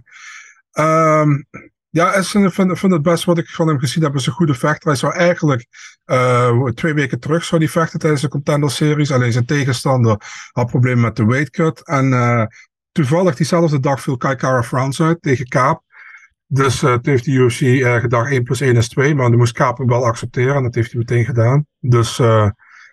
Ik vind het best wat ik van hem gezien heb is een goede vechter. Hij zou eigenlijk 2 weken terug zou die vechten tijdens de Contender Series. Alleen zijn tegenstander had problemen met de weight cut. En toevallig diezelfde dag viel Kai Kara France uit tegen Kaap. Dus toen heeft de UFC gedacht 1 + 1 is 2. Maar dan moest Kaap hem wel accepteren. En dat heeft hij meteen gedaan. Dus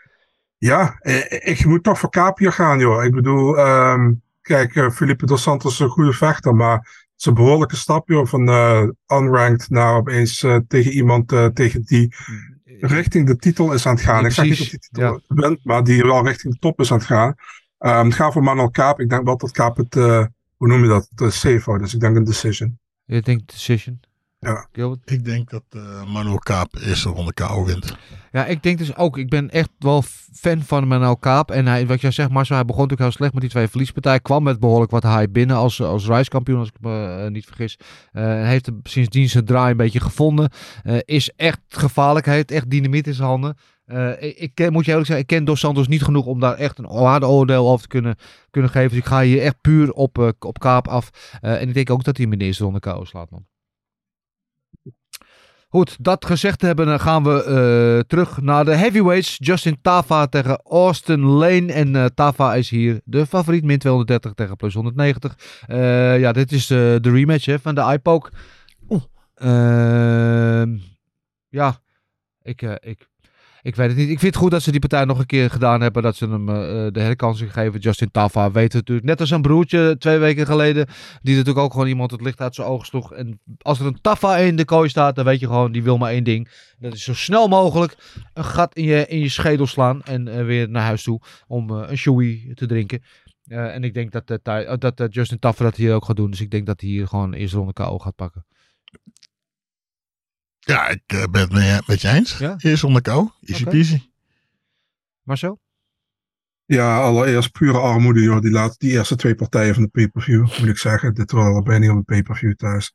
Ja, ik moet toch voor Kaap hier gaan, joh. Ik bedoel, kijk, Felipe dos Santos is een goede vechter, maar het is een behoorlijke stap, joh, van unranked naar opeens tegen iemand tegen die richting de titel is aan het gaan. Ik zeg niet dat die titel wint, maar die wel richting de top is aan het gaan. Het gaat voor Manuel Kaap. Ik denk wel dat Kaap het, hoe noem je dat, de safe houdt. Dus ik denk een decision. Je denkt decision? Ja. Ik denk dat Manuel Kaap eerste ronde KO wint. Ja, ik denk dus ook. Ik ben echt wel fan van Manuel Kaap. En hij, wat jij zegt, Marcel, hij begon natuurlijk heel slecht met die 2 verliespartijen. Kwam met behoorlijk wat hype binnen als Rise-kampioen, als ik me niet vergis. Heeft sindsdien zijn draai een beetje gevonden. Is echt gevaarlijk. Hij heeft echt dynamiet in zijn handen. Moet je eerlijk zeggen, ik ken Dos Santos niet genoeg om daar echt een waardeoordeel over te kunnen geven. Dus ik ga hier echt puur op Kaap af. En ik denk ook dat hij hem in de eerste ronde KO slaat, man. Goed, dat gezegd hebben, gaan we terug naar de heavyweights. Justin Tafa tegen Austin Lane. En Tafa is hier de favoriet, min 230 tegen plus 190. Ja, dit is de rematch van de eye-poke. Ja, ik weet het niet. Ik vind het goed dat ze die partij nog een keer gedaan hebben. Dat ze hem de herkansing geven. Justin Tafa weet het natuurlijk. Net als zijn broertje 2 weken geleden. Die natuurlijk ook gewoon iemand het licht uit zijn ogen sloeg. En als er een Tafa in de kooi staat. Dan weet je gewoon, die wil maar 1 ding. Dat is zo snel mogelijk een gat in je schedel slaan. En weer naar huis toe. Om een shoei te drinken. En ik denk dat Justin Tafa dat hier ook gaat doen. Dus ik denk dat hij hier gewoon eerste ronde KO gaat pakken. Ja, ik ben het met je eens. Ja? Eerst onder kou. Easy peasy. Marcel? Ja, allereerst pure armoede, joh. Die eerste 2 partijen van de pay-per-view, moet ik zeggen. Dit was al bijna op een pay-per-view thuis.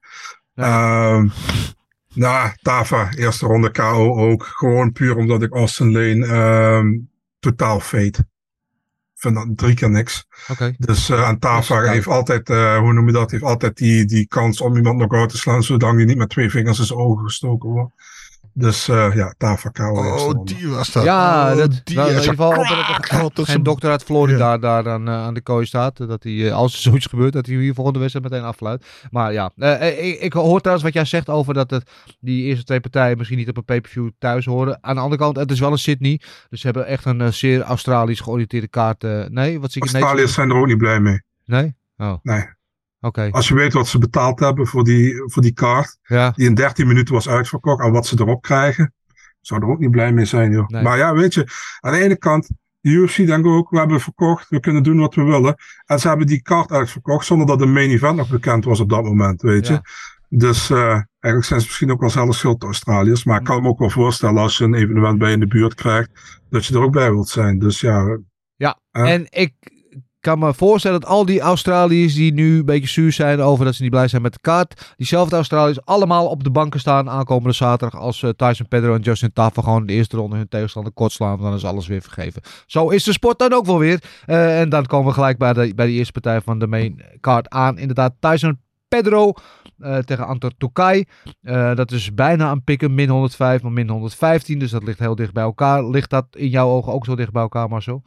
Ja. Tafa, eerste ronde KO ook. Gewoon puur omdat ik Austin Lane totaal fade. Ik vind dat 3 keer niks. Dus aan Tafa heeft altijd, hoe noem je dat, heeft altijd die kans om iemand nog uit te slaan, zodat hij niet met 2 vingers in zijn ogen gestoken wordt. Dus ja, Tafa KO. Die was dat. Ja, in ieder geval dat geen dokter uit Florida daar aan de kooi staat. Dat hij, als er zoiets gebeurt, dat hij hier volgende wedstrijd meteen afluit. Maar ja, ik hoor trouwens wat jij zegt over dat die eerste 2 partijen misschien niet op een pay-per-view thuis horen. Aan de andere kant, het is wel een Sydney. Dus ze hebben echt een zeer Australisch georiënteerde kaart. Nee, wat zie ik? Australiërs zijn er ook niet blij mee. Nee? Oh. Nee. Okay. Als je weet wat ze betaald hebben voor die kaart, die in 13 minuten was uitverkocht, en wat ze erop krijgen, zou er ook niet blij mee zijn, joh. Nee. Maar ja, weet je, aan de ene kant, de UFC denkt ook, we hebben verkocht, we kunnen doen wat we willen. En ze hebben die kaart uitverkocht, zonder dat de main event nog bekend was op dat moment, weet je. Dus eigenlijk zijn ze misschien ook wel zelfs schuld de Australiërs, maar ik kan me ook wel voorstellen, als je een evenement bij in de buurt krijgt, dat je er ook bij wilt zijn. Dus ja. Ja, en ik kan me voorstellen dat al die Australiërs die nu een beetje zuur zijn over dat ze niet blij zijn met de kaart, diezelfde Australiërs allemaal op de banken staan aankomende zaterdag als Tyson Pedro en Justin Tafa gewoon in de eerste ronde hun tegenstander kort slaan, dan is alles weer vergeven. Zo is de sport dan ook wel weer. En dan komen we gelijk bij de eerste partij van de main card aan. Inderdaad, Tyson Pedro tegen Anton Turkai. Dat is bijna een pick-up, min 105, maar min 115, dus dat ligt heel dicht bij elkaar. Ligt dat in jouw ogen ook zo dicht bij elkaar, Marcel?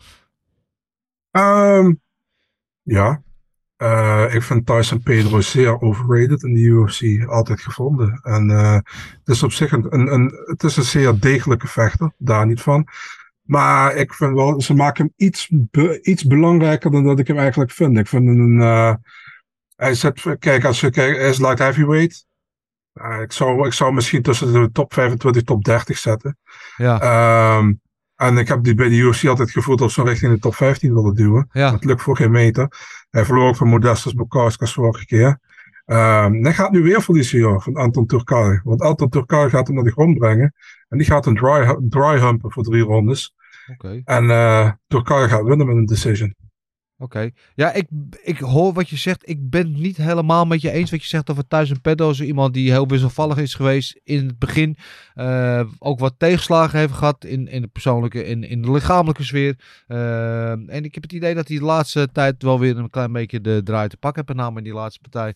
Ja, ik vind Tyson Pedro zeer overrated in de UFC, altijd gevonden. En het is op zich het is een zeer degelijke vechter, daar niet van. Maar ik vind wel, ze maken hem iets belangrijker dan dat ik hem eigenlijk vind. Ik vind kijk, als je kijkt, hij is light heavyweight. Ik zou misschien tussen de top 25, top 30 zetten. Ja. En ik heb bij de UFC altijd gevoeld dat ze richting de top 15 willen duwen. Ja. Dat lukt voor geen meter. Hij verloor ook van Modestas Bukauskas vorige keer. Hij gaat nu weer verliezen, joh, van Anton Turkai. Want Anton Turkai gaat hem naar de grond brengen. En die gaat een dry humpen voor 3 rondes. Okay. En Turkai gaat winnen met een decision. Oké. Ja, ik hoor wat je zegt. Ik ben het niet helemaal met je eens wat je zegt over Tyson Pedro. Zo iemand die heel wisselvallig is geweest in het begin. Ook wat tegenslagen heeft gehad in de persoonlijke, in de lichamelijke sfeer. En ik heb het idee dat hij de laatste tijd wel weer een klein beetje de draai te pakken heeft. Met name in die laatste partij.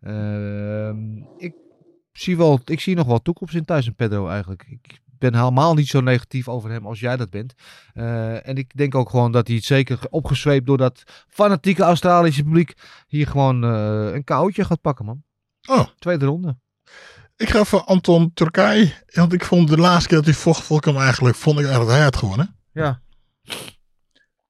Ik zie nog wel toekomst in Tyson Pedro eigenlijk. Ik ben helemaal niet zo negatief over hem als jij dat bent. En ik denk ook gewoon dat hij het zeker opgezweept door dat fanatieke Australische publiek hier gewoon een koutje gaat pakken, man. Oh. Tweede ronde. Ik ga voor Anton Turkai. Want ik vond de laatste keer dat hij vocht, vond ik eigenlijk dat hij had gewonnen. Ja.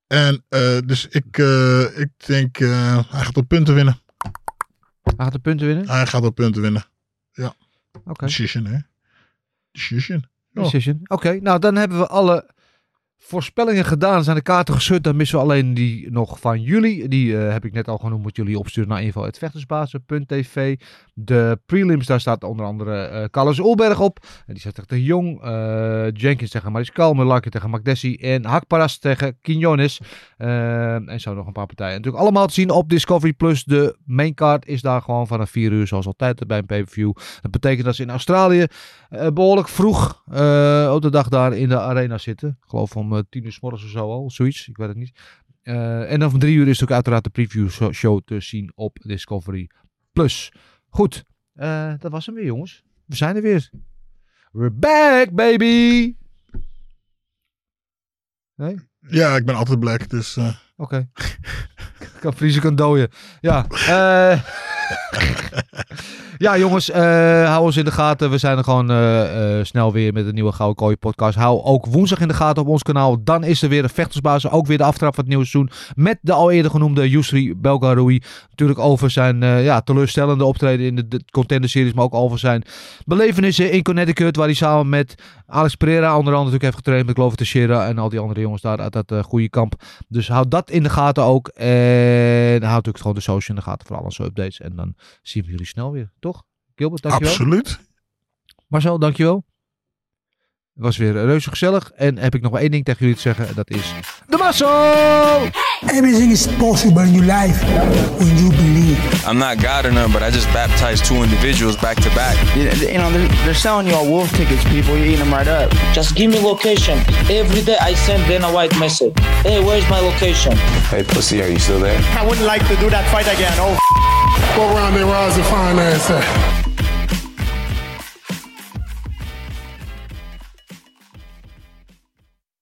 En dus ik denk, hij gaat op punten winnen. Hij gaat de punten winnen? Hij gaat op punten winnen. Ja. Oké. Decision, hè? Decision. Decision. Oké, nou dan hebben we alle voorspellingen gedaan. Zijn de kaarten geschud. Dan missen we alleen die nog van jullie. Die heb ik net al genoemd. Moet jullie opsturen naar info@vechtersbazen.tv. De prelims, daar staat onder andere Carlos Ulberg op. En die zegt tegen de Jong. Jenkins tegen Mariscal. Mullarky tegen Makdessi. En Hakparas tegen Quinones. En zo nog een paar partijen. En natuurlijk allemaal te zien op Discovery Plus. De maincard is daar gewoon vanaf 4 uur. Zoals altijd bij een pay-per-view. Dat betekent dat ze in Australië behoorlijk vroeg op de dag daar in de arena zitten. Ik geloof om 10 uur 's morgens of zo al. Zoiets. Ik weet het niet. En dan om 3 uur is ook uiteraard de preview show te zien op Discovery Plus. Goed. Dat was hem weer, jongens. We zijn er weer. We're back, baby! Nee? Ja, ik ben altijd black, dus... Oké. Kan vriezen, kan dooien. Ja. Ja, jongens. Hou ons in de gaten. We zijn er gewoon snel weer met een nieuwe Gouden Kooi podcast. Hou ook woensdag in de gaten op ons kanaal. Dan is er weer een vechtersbasis. Ook weer de aftrap van het nieuwe seizoen. Met de al eerder genoemde Yusri Belgaroui. Natuurlijk over zijn teleurstellende optreden in de Contender Series. Maar ook over zijn belevenissen in Connecticut. Waar hij samen met Alex Pereira onder andere natuurlijk heeft getraind. Met Glover Teixeira en al die andere jongens daar uit dat goede kamp. Dus houd dat in de gaten ook. En houd natuurlijk gewoon de social in de gaten voor alle updates. En dan zien we jullie snel weer. Toch? Gilbert, dankjewel. Absoluut. Marcel, dankjewel. Het was weer reuze gezellig. En heb ik nog maar één ding tegen jullie te zeggen. En dat is de Muscle! Everything is possible in your life when you believe. I'm not God or none, but I just baptized 2 individuals back to back. You know, they're selling you all wolf tickets, people. You're eating them right up. Just give me location. Every day I send Dana White message. Hey, where's my location? Hey, pussy, are you still there? I wouldn't like to do that fight again. Oh, Go around there, rise and finance that.